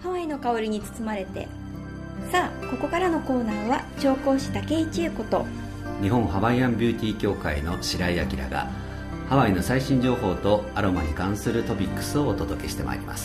ハワイの香りに包まれて。さあ、ここからのコーナーは調香師竹井千恵子と日本ハワイアンビューティー協会の白井明がハワイの最新情報とアロマに関するトピックスをお届けしてまいります。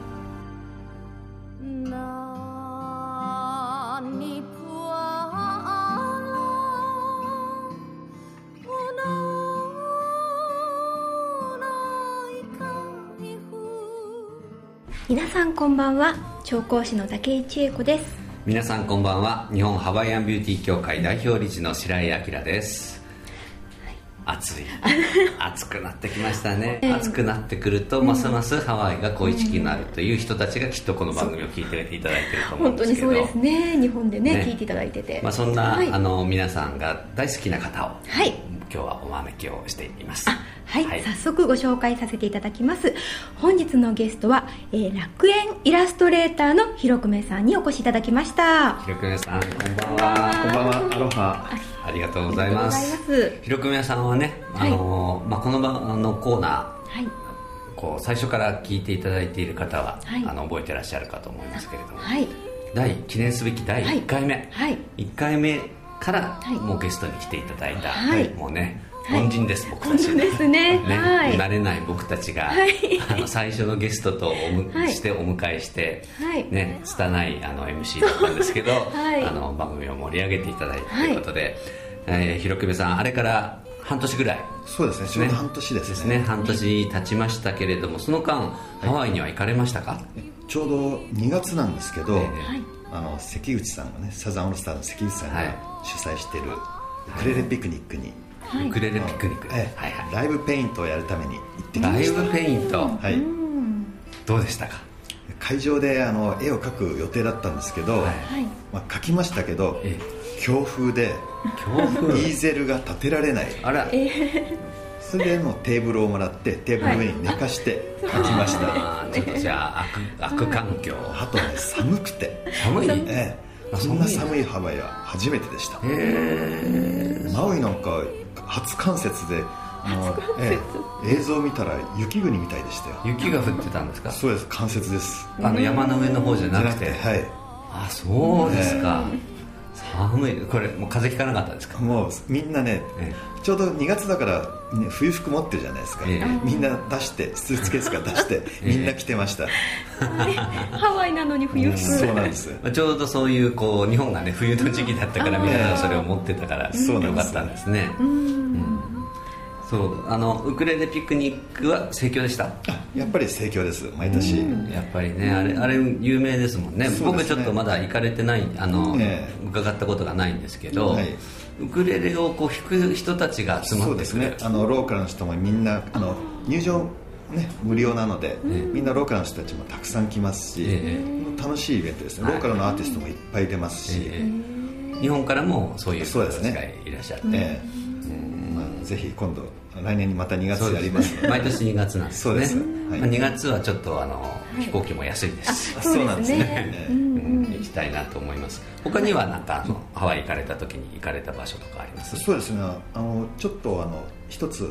皆さんこんばんは、調香師の竹井千恵子です。 皆さんこんばんは、日本ハワイアンビューティー協会代表理事の白井明です。暑くなってきましたね。暑くなってくるとますますハワイが恋しきになるという人たちがきっとこの番組を聞いていただいていると思うんですけど、 本当にそうですね。日本でね聞いていただいてて、 そんな、皆さんが大好きな方を、今日はお招きをしています。 早速ご紹介させていただきます。本日のゲストは、楽園イラストレーターの広久米さんにお越しいただきました。 広久米さん、こんばんは。 こんばんは。アロハ。 ありがとうございます。広久米さんはね、この場のコーナー、こう最初から聞いていただいている方は、覚えてらっしゃるかと思いますけれども、記念すべき第1回目、1回目からもうゲストに来ていただいた、もうね、恩人です、僕たち。 本当ですね。 慣れない僕たちが、最初のゲストとしてお迎えして、ね、拙いMC だったんですけど、番組を盛り上げていただいたということで、広久米さん、あれから半年ぐらい。 そうですね、ちょうど半年ですね。 半年経ちましたけれども、その間、ハワイには行かれましたか？ ちょうど2月なんですけど、関口さんがね、サザンオールスターの関口さんが主催しているウクレレピクニックに、 ウクレレピクニック、 ライブペイントをやるために行ってきました。 ライブペイント、どうでしたか？ 会場で絵を描く予定だったんですけど、描きましたけど、強風でイーゼルが立てられない。 あら、 それでもうテーブルをもらってテーブルの上に寝かして描きました。 ちょっとじゃあ悪環境。 あとね、寒くて。 寒い？ そんな寒いハワイは初めてでした。マウイなんか初冠雪で、映像を見たら雪国みたいでしたよ。 雪が降ってたんですか？ そうです、冠雪です。 山の上の方じゃなくて。あ、そうですか。寒い。これもう風邪ひかなかったですか？もうみんなね、ちょうど2月だから、冬服持ってるじゃないですか。みんな出して、スーツケースから出してみんな着てました。 ハワイなのに冬服。 そうなんです。 ちょうどそういう日本がね、冬の時期だったから、みんなそれを持ってたからよかったんですね。そう、ウクレレピクニックは盛況でした？ やっぱり盛況です、毎年。 やっぱりね、あれ有名ですもんね。僕ちょっとまだ行かれてない、伺ったことがないんですけど、ウクレレを弾く人たちが集まってくる。 そうですね、ローカルの人もみんな入場ね、無料なので、みんなローカルの人たちもたくさん来ますし、楽しいイベントですね。ローカルのアーティストもいっぱい出ますし、 日本からもそういう人たちがいらっしゃって、 ぜひ今度来年にまた2月やりますので。 毎年2月なんですね。 そうです。 2月はちょっと飛行機も安いですし、 そうなんですね。 行きたいなと思います。他にはなんかハワイ行かれた時に行かれた場所とかあります？ そうですね、ちょっと一つ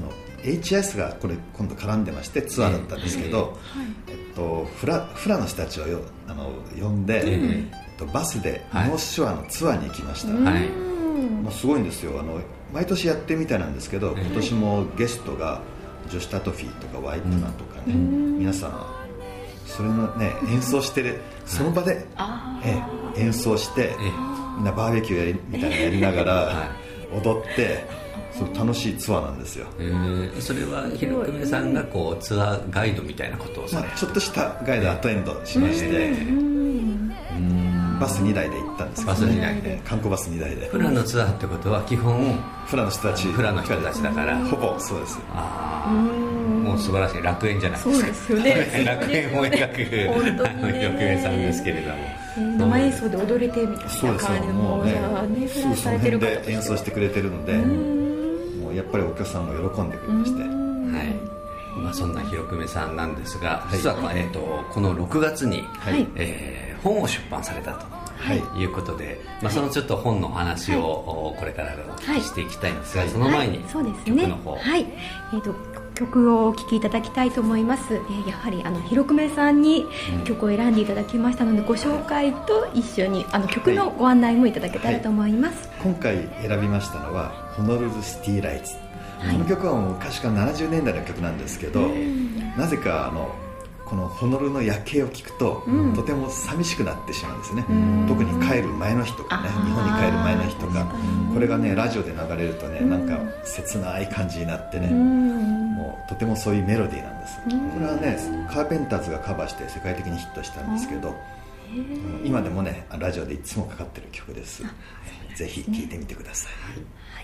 HIS がこれ今度絡んでまして、ツアーだったんですけど、フラの人たちを呼んで、バスでノースショアのツアーに行きました。もうすごいんですよ。毎年やってるみたいなんですけど、今年もゲストがジョシュ・タトフィーとかワイプナとかね、皆さんそれのね、演奏してるその場で、演奏して、みんなバーベキューみたいなのやりながら踊って、楽しいツアーなんですよ。 それは広久米さんがツアーガイドみたいなことをされて、 ちょっとしたガイドアテンドしまして、バス2台で行ったんですけど、観光バス2台で。 フラのツアーってことは基本フラの人たちだから、 ほぼそうです。 もう素晴らしい楽園じゃないですか。 そうですよね。 楽園を描く広久米さんですけれども、 生演奏で踊れてみたいな感じで、もうね、 その辺で演奏してくれてるので、もうやっぱりお客さんも喜んでくれまして、 そんな広久米さんなんですが、実はこの6月に本を出版されたということで、そのちょっと本のお話をこれからお聞きしていきたいんですが、その前に曲の方。 曲をお聴きいただきたいと思います。やはり広久米さんに曲を選んでいただきましたので、ご紹介と一緒に曲のご案内もいただけたらと思います。 今回選びましたのはホノルルシティライツ、この曲は昔から70年代の曲なんですけど、なぜかこのホノルルの夜景を聞くと、とても寂しくなってしまうんですね。特に帰る前の日とかね、日本に帰る前の日とか、これがねラジオで流れるとね、なんか切ない感じになってね、もうとてもそういうメロディーなんです。これはねカーペンターズがカバーして世界的にヒットしたんですけど、今でもねラジオでいつもかかってる曲です。ぜひ聴いてみてください。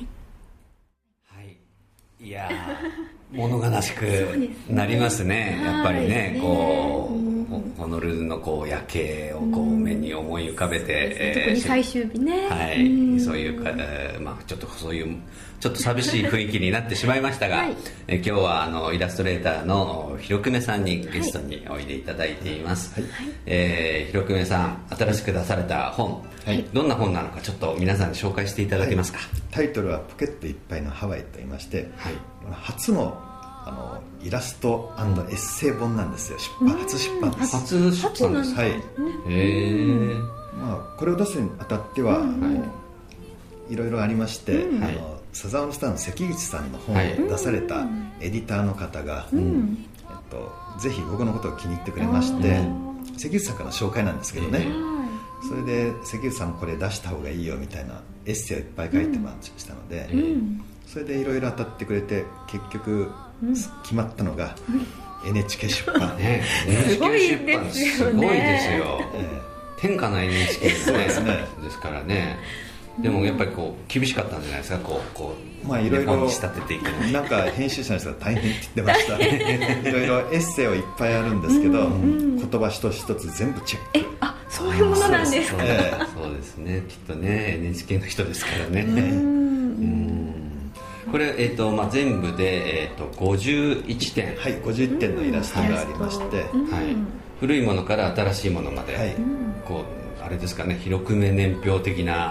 いや物悲しくなりますね。やっぱりね、こうホノルルの夜景を目に思い浮かべて、 特に最終日ね、 そういうちょっとそういうちょっと寂しい雰囲気になってしまいましたが、今日はイラストレーターの広久米さんにゲストにおいでいただいています。広久米さん、新しく出された本、どんな本なのかちょっと皆さんに紹介していただけますか。 タイトルはポケットいっぱいのハワイと言いまして、初のイラスト&エッセイ本なんですよ。初出版です。 初出版です。 これを出すにあたってはいろいろありまして、サザンオールスターの関口さんの本を出されたエディターの方が、ぜひ僕のことを気に入ってくれまして、関口さんからの紹介なんですけどね、それで関口さんもこれ出した方がいいよみたいなエッセイをいっぱい書いてましたので、それでいろいろ当たってくれて、結局決まったのが NHK 出版。 NHK 出版すごいですよ。天下の NHK ですからね。でもやっぱり厳しかったんじゃないですか。 いろいろ仕立てていくのになんか編集者の人が大変って言ってました。いろいろエッセイをいっぱいあるんですけど、言葉一つ一つ全部チェック。 そういうものなんですか。 そうですね、きっとね NHK の人ですからね。これ、全部で、51点、 51点のイラストがありまして、 古いものから新しいものまで、あれですかね、広久米年表的な、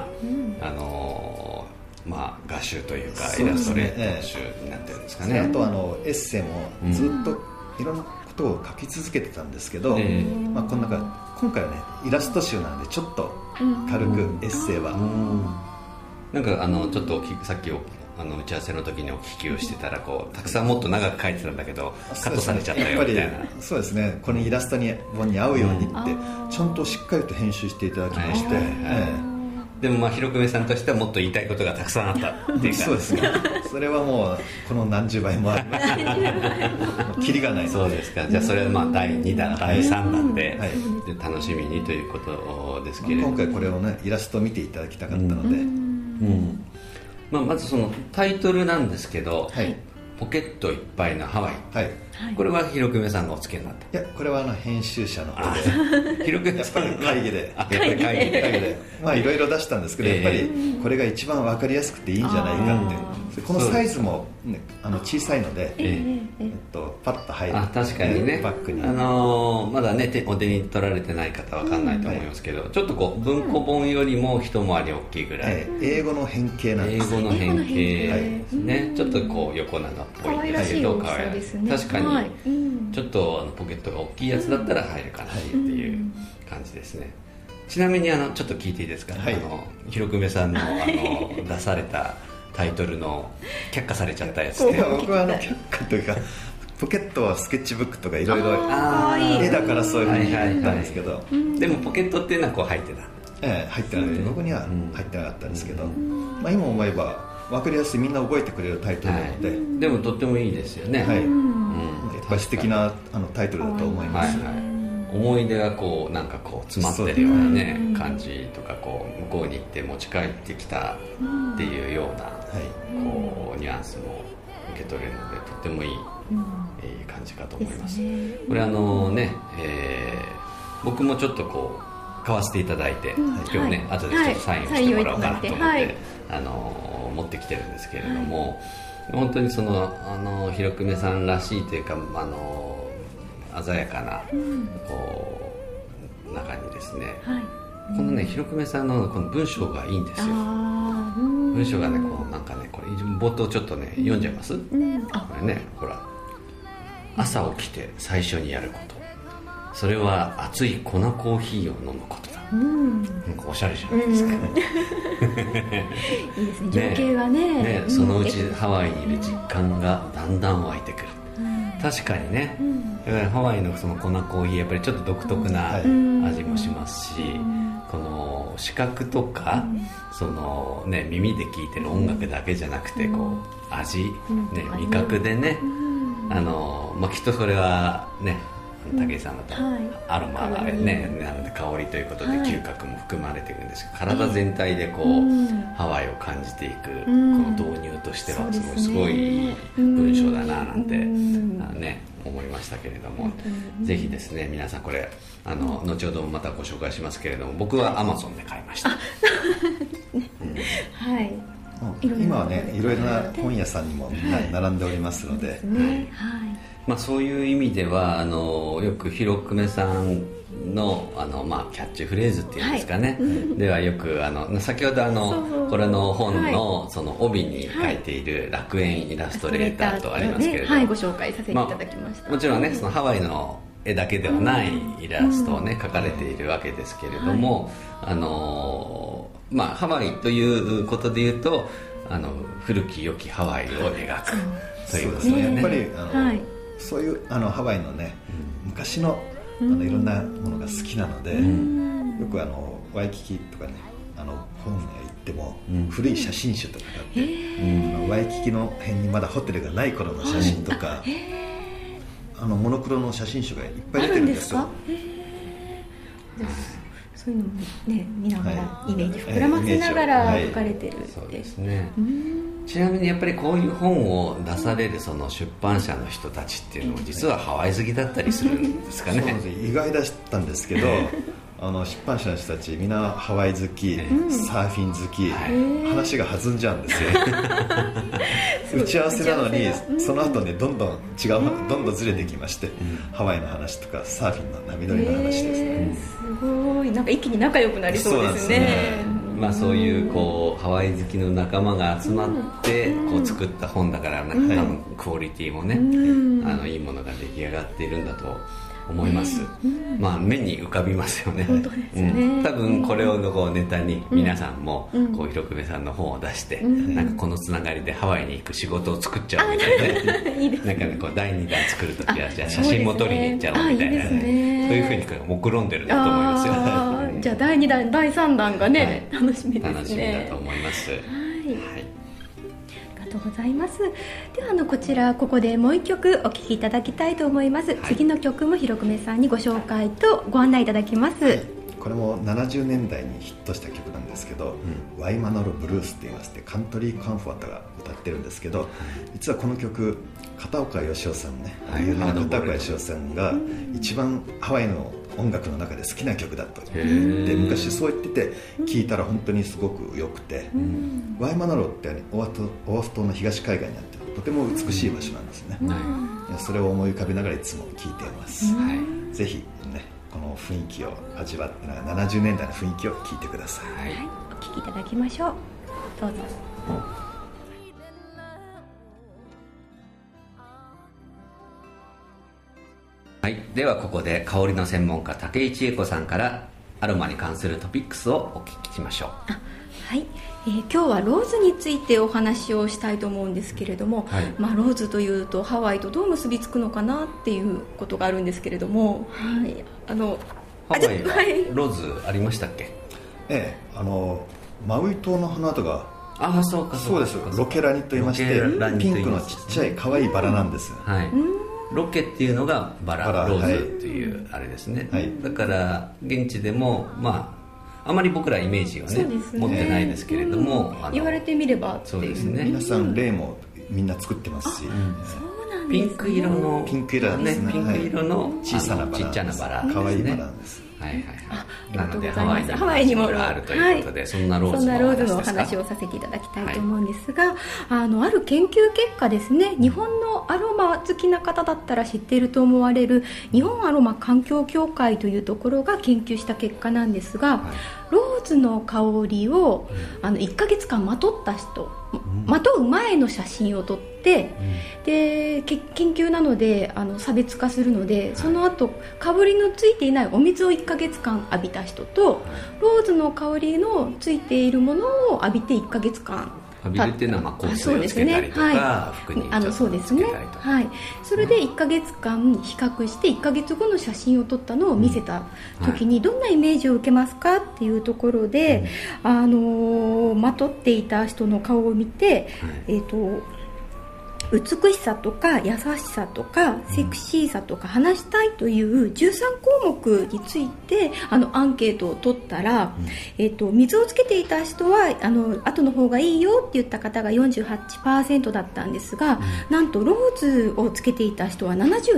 画集というかイラストレーター集になってるんですかね。 あとエッセイもずっといろんなことを書き続けてたんですけど、今回はねイラスト集なんでちょっと軽くエッセイは、 なんかちょっとさっき打ち合わせの時にお聞きをしてたら、たくさんもっと長く書いてたんだけどカットされちゃったよみたいな。 そうですね、このイラスト本に合うようにってちゃんとしっかりと編集していただきまして、 でも広久米さんとしてはもっと言いたいことがたくさんあったっていうか。 そうですね、それはもうこの何十倍もありますキリがない。 そうですか。じゃあそれは第2弾第3弾で楽しみにということですけれども、 今回これをねイラストを見ていただきたかったので、 まずそのタイトルなんですけど、ポケットいっぱいのハワイ、これは広久米さんがお付けになった。 いや、これは編集者の方で広久米さんやっぱり会議でいろいろ出したんですけど、やっぱりこれが一番分かりやすくていいんじゃないかって、このサイズも、小さいので、パッと入る。 確かにね、 バッグにまだねお手に取られてない方は分かんないと思いますけど、ちょっと文庫本よりも一回り大きいぐらい、 英語の変形なんです。 英語の変形ですね。ちょっと横長っぽいんですけど、可愛らしい。確かにちょっとポケットが大きいやつだったら入るかなっていう感じですね。ちなみにちょっと聞いていいですか。広久米さんの出されたタイトルの却下されちゃったやつって。 僕は却下というか、ポケットはスケッチブックとかいろいろ絵だからそういうふうに言ったんですけど、 でもポケットっていうのは入ってた。 入ってなくて、僕には入ってなかったんですけど、今思えば分かりやすい、みんな覚えてくれるタイトルなので、 でもとってもいいですよね。 やっぱり素敵なタイトルだと思います。 思い出がなんか詰まってるようなね感じとか、向こうに行って持ち帰ってきたっていうようなニュアンスも受け取れるので、とってもいい感じかと思います。これ僕もちょっと買わせていただいて、今日ね後でちょっとサインをしてもらおうかなと思って持ってきてるんですけれども、本当に広久米さんらしいというか、鮮やかな中にですね、このね広久米さんのこの文章がいいんですよ。文章がねなんかね、これ冒頭ちょっとね読んじゃいます。これね、ほら朝起きて最初にやること、それは熱い粉コーヒーを飲むことだ。なんかおしゃれじゃないですか。いいですね、情景がね。 そのうちハワイにいる実感がだんだん湧いてくる。確かにね、ハワイのその粉コーヒーやっぱりちょっと独特な味もしますし、この視覚とか、そのね、耳で聴いてる音楽だけじゃなくて、こう味、ね、味覚でね、きっとそれはね、武井さんだとアロマがね、なので香りということで嗅覚も含まれているんですけど、体全体でこうハワイを感じていくこの導入としてはすごいいい文章だななんてね思いましたけれども、ぜひですね皆さんこれ後ほどまたご紹介しますけれども、僕は Amazon で買いました。はい。 今はねいろいろな本屋さんにもみんな並んでおりますので、 そういう意味ではよく広久米さんのキャッチフレーズっていうんですかね、ではよく先ほどこれの本のその帯に書いている楽園イラストレーターとありますけれども、 ご紹介させていただきました。 もちろんねそのハワイの絵だけではないイラストをね描かれているわけですけれども、ハワイということでいうと古き良きハワイを描くということですね。 やっぱりそういうハワイのね昔のいろんなものが好きなので、よくワイキキとかね本屋行っても古い写真集とかがあって、ワイキキの辺にまだホテルがない頃の写真とか、モノクロの写真集がいっぱい出てるんですよ。 そういうのもね見ながらイメージ膨らませながら書かれてるって。 そうですね。ちなみにやっぱりこういう本を出されるその出版社の人たちっていうのも実はハワイ好きだったりするんですかね。そうです。 意外だったんですけど出版社の人たちみんなハワイ好き、サーフィン好き、話が弾んじゃうんですよ。打ち合わせなのにその後ねどんどんずれてきまして、ハワイの話とかサーフィンの波乗りの話ですね。 すごい、なんか一気に仲良くなりそうですね。 そういうこうハワイ好きの仲間が集まってこう作った本だから多分クオリティもねいいものが出来上がっているんだと思います。目に浮かびますよね。 本当ですね。 多分これをネタに皆さんもこう広久米さんの本を出して、なんかこのつながりでハワイに行く仕事を作っちゃうみたいなね。いいですね。なんかねこう第2弾作るときはじゃあ写真も撮りに行っちゃおうみたいなね。そういうふうに目論んでるんだと思いますよ。 じゃあ第2弾第3弾がね楽しみですね。 楽しみだと思います。はい。 ありがとうございます。ではこちらここでもう一曲お聴きいただきたいと思います。次の曲も広久米さんにご紹介とご案内いただきます。 これも70年代にヒットした曲なんですけど、ワイマノロブルースって言いましてカントリーカンフォートが歌ってるんですけど、実はこの曲片岡義雄さんね、有名な片岡義雄さんが一番ハワイの音楽の中で好きな曲だと言って昔そう言ってて聴いたら本当にすごく良くて、ワイマノロってオアフ島の東海岸にあってとても美しい場所なんですね。それを思い浮かべながらいつも聴いています。ぜひねこの雰囲気を味わって70年代の雰囲気を聴いてください。 お聴きいただきましょう。どうぞ。 はい、ではここで香りの専門家武井千恵子さんからアロマに関するトピックスをお聞きしましょう。 はい、今日はローズについてお話をしたいと思うんですけれども、ローズというとハワイとどう結びつくのかなっていうことがあるんですけれども、 ハワイはローズありましたっけ？ マウイ島の花とかそうです。ロケラニと言いましてピンクのちっちゃい可愛いバラなんです。 ロケっていうのがバラローズというあれですね。だから現地でもあまり僕らイメージをね持ってないですけれども、 言われてみればそうですね。 皆さんレイもみんな作ってますし、 ピンク色のピンク色の小さなバラ、 ちっちゃなバラ、 可愛いバラなんです。 なのでハワイにもあるということで、そんなローズのお話をさせていただきたいと思うんですが、ある研究結果ですね、日本のアロマ好きな方だったら知っていると思われる日本アロマ環境協会というところが研究した結果なんですが、ローズの香りを1ヶ月間まとった人まとう前の写真を撮って、で研究なので差別化するので、その後香りのついていないお水を1ヶ月間浴びた人と、ローズの香りのついているものを浴びて1ヶ月間浴びるっていうのは香水をつけたりとか、服にちょっとつけたりとか、 そうですね、はい、それで1ヶ月間比較して1ヶ月後の写真を撮ったのを見せた時に、どんなイメージを受けますかっていうところで、まとっていた人の顔を見て、美しさとか優しさとかセクシーさとか話したいという13項目についてアンケートを取ったら、水をつけていた人は後の方がいいよって言った方が 48% だったんですが、なんとローズをつけていた人は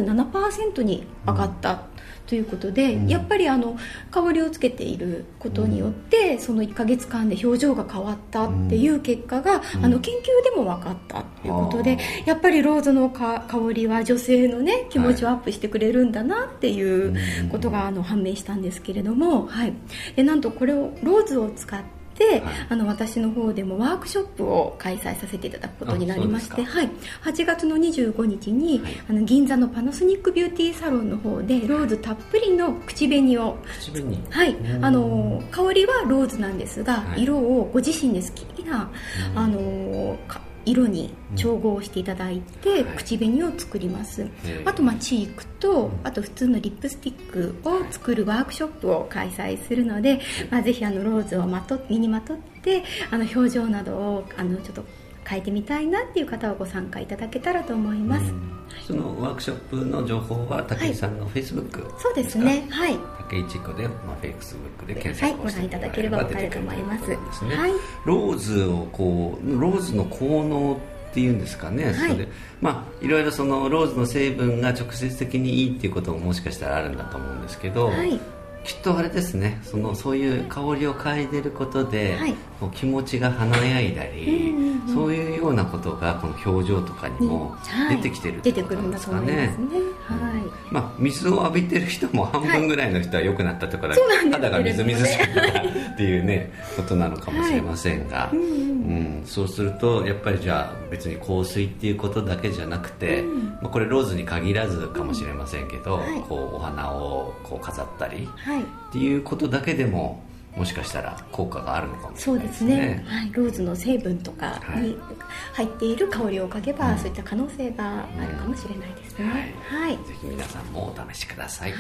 77% に上がった、ということで、やっぱり香りをつけていることによって、その1ヶ月間で表情が変わったっていう結果が、研究でも分かったということで、やっぱりローズの香りは女性のね気持ちをアップしてくれるんだなっていうことが判明したんですけれども、はい、でなんとこれをローズを使って私の方でもワークショップを開催させていただくことになりまして、はい、8月の25日に、銀座のパナソニックビューティーサロンの方でローズたっぷりの口紅を、はい、香りはローズなんですが、色をご自身で好きな色に調合していただいて、口紅を作ります。あとチークと、あと普通のリップスティックを作るワークショップを開催するので、ぜひローズを身にまとって表情などをちょっと変えてみたいなっていう方はご参加いただけたらと思います。 そのワークショップの情報は武井さんのフェイスブック、 そうですね、はい、 武井千子で、フェイスブックで検索をしてご覧いただければ分かると思います。 ローズの効能っていうんですかね、それでいろいろそのローズの成分が直接的にいいっていうことももしかしたらあるんだと思うんですけど、きっとあれですね、そういう香りを嗅いでることで、気持ちが華やいだり、そういうようなことがこの表情とかにも出てきてるってことなんですかね。水を浴びてる人も半分ぐらいの人は良くなったとか、肌がみずみずしくなったっていうねことなのかもしれませんが、そうするとやっぱりじゃあ別に香水っていうことだけじゃなくて、これローズに限らずかもしれませんけど、お花を飾ったりっていうことだけでももしかしたら効果があるのかもしれないですね。そうですね、 ローズの成分とかに入っている香りを嗅げば、そういった可能性があるかもしれないですね。 ぜひ皆さんもお試しください。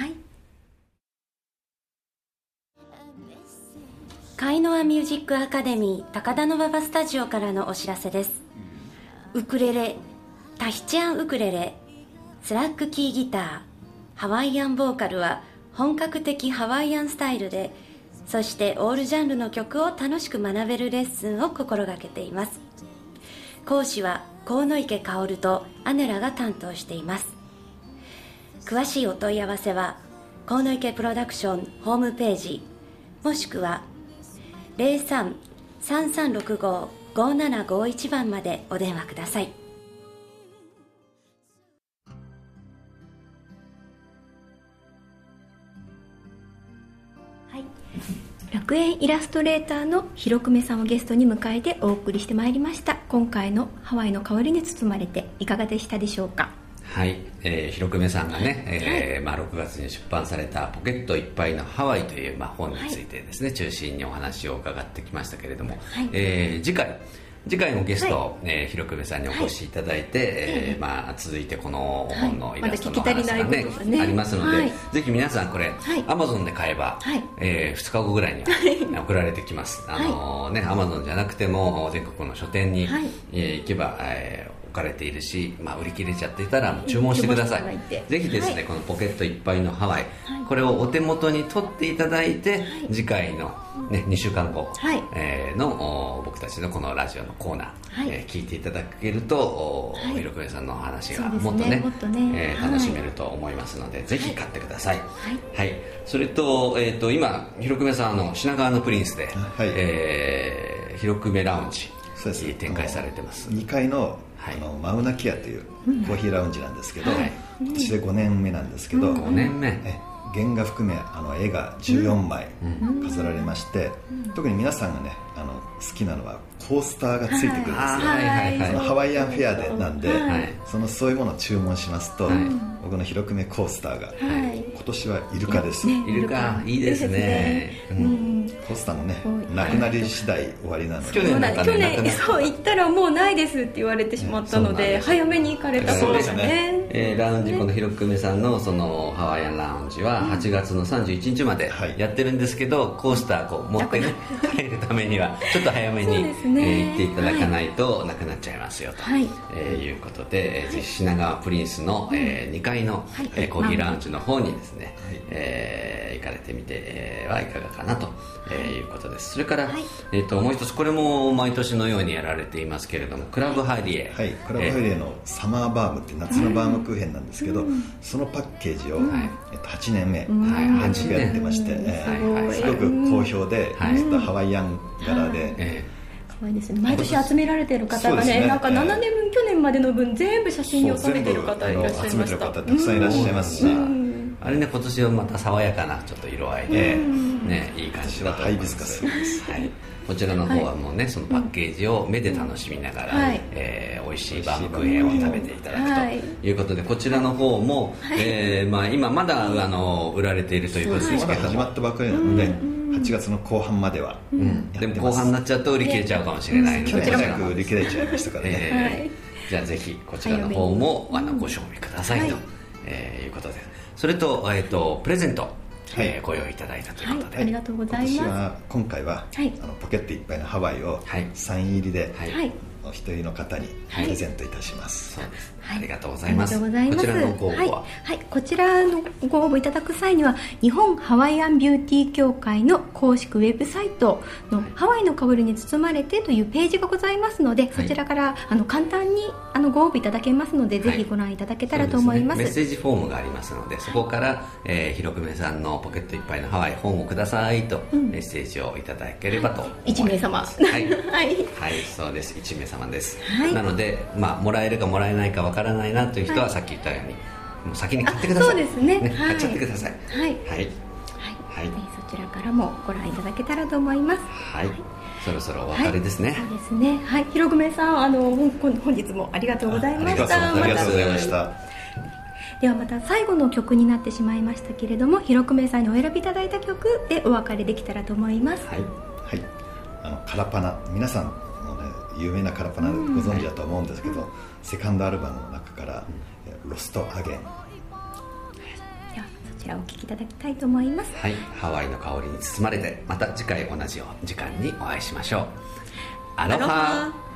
カイノアミュージックアカデミー高田馬場スタジオからのお知らせです。ウクレレ、タヒチアンウクレレ、スラッグキーギター、ハワイアンボーカルは本格的ハワイアンスタイルで、そしてオールジャンルの曲を楽しく学べるレッスンを心がけています。講師は鴻池薫とアネラが担当しています。詳しいお問い合わせは鴻池プロダクションホームページ、もしくは 03-3365-5751 番までお電話ください。 楽園イラストレーターの広久米さんをゲストに迎えてお送りしてまいりました。今回のハワイの香りに包まれていかがでしたでしょうか。 はい、広久米さんがね、6月に出版されたポケットいっぱいのハワイという、本についてですね、中心にお話を伺ってきましたけれども、次回のゲスト、広久米さんにお越しいただいて、続いてこの本のイラストの話がね、ありますので、ぜひ皆さんこれ、Amazon で買えば、2日後ぐらいには送られてきます。Amazon じゃなくても全国の書店に、行けば、置かれているし、売り切れちゃっていたら注文してください。ぜひですね、このポケットいっぱいのハワイ、これをお手元に取っていただいて、次回の、2週間後、の僕たちのこのラジオのコーナー、聞いていただけると、広久米さんのお話がもっとね、楽しめると思いますので、ぜひ買ってください。それと、今広久米さん品川のプリンスで、広久米ラウンジ展開されてます。 2階のマウナキアというコーヒーラウンジなんですけど、今年で5年目なんですけど、 5年目原画含め絵が14枚飾られまして、特に皆さんがね好きなのはコースターがついてくるんですよ、ハワイアンフェアでなんで、そういうものを注文しますと、僕の広久米コースターが、今年はイルカです、 イルカいいですね、 コースターもねなくなり次第終わりなので、 去年そう行ったらもうないですって言われてしまったので、早めに行かれたそうですね。 ラウンジ、この広久米さんのそのハワイアンラウンジは8月の31日までやってるんですけど、コースターこう持ってね帰るためにはちょっと早めに行っていただかないとなくなっちゃいますよということで、ぜひ品川プリンスの2階のコーヒーラウンジの方にですね行かれてみてはいかがかなということです。それからもう一つ、これも毎年のようにやられていますけれども、クラブハイリエ、 クラブハイリエのサマーバームって夏のバームクーヘンなんですけど、そのパッケージを8年目連続やってまして、すごく好評で、ちょっとハワイアン柄で、 可愛いですね。毎年集められている方がね、なんか7年分、去年までの分全部写真に収めている方いらっしゃいました。 集めてる方たくさんいらっしゃいますし、 あれね、今年はまた爽やかなちょっと色合いで、ね、いい感じだと思います。 ハイビスカスです。 こちらの方はもうね、そのパッケージを目で楽しみながら、美味しいバームクーヘンを食べていただくということで、こちらの方も、今まだ売られているということですけど、 まだ始まったばかりなので、8月の後半までは、 でも後半になっちゃうと売り切れちゃうかもしれないので、 去年早く売り切れちゃいましたからね。 じゃあぜひこちらの方もご賞味くださいということで、それとプレゼントご用意いただいたということで、 ありがとうございます。 今回はポケットいっぱいのハワイをサイン入りでお一人の方にプレゼントいたします。 そうです。ありがとうございます。 こちらのご応募は、 こちらのご応募いただく際には、日本ハワイアンビューティー協会の公式ウェブサイトのハワイの香りに包まれてというページがございますので、そちらから簡単にご応募いただけますので、ぜひご覧いただけたらと思います。 メッセージフォームがありますので、そこから広久米さんのポケットいっぱいのハワイ本をくださいとメッセージをいただければと思います。 1名様。 はい、そうです。1名様です。なので、もらえるかもらえないかわからないなという人は、さっき言ったようにもう先に買ってください。 そうですね。 買っちゃってください。 はい。そちらからもご覧いただけたらと思います。 そろそろお別れですね。 そうですね。広久米さん、本日もありがとうございました。 ありがとうございました。 ではまた最後の曲になってしまいましたけれども、広久米さんにお選びいただいた曲でお別れできたらと思います。 カラパナ、皆さんもね有名なカラパナご存知だと思うんですけど、セカンドアルバムの中からロストアゲン、ではそちらをお聴きいただきたいと思います。 ハワイの香りに包まれて、また次回同じ時間にお会いしましょう。アロハ。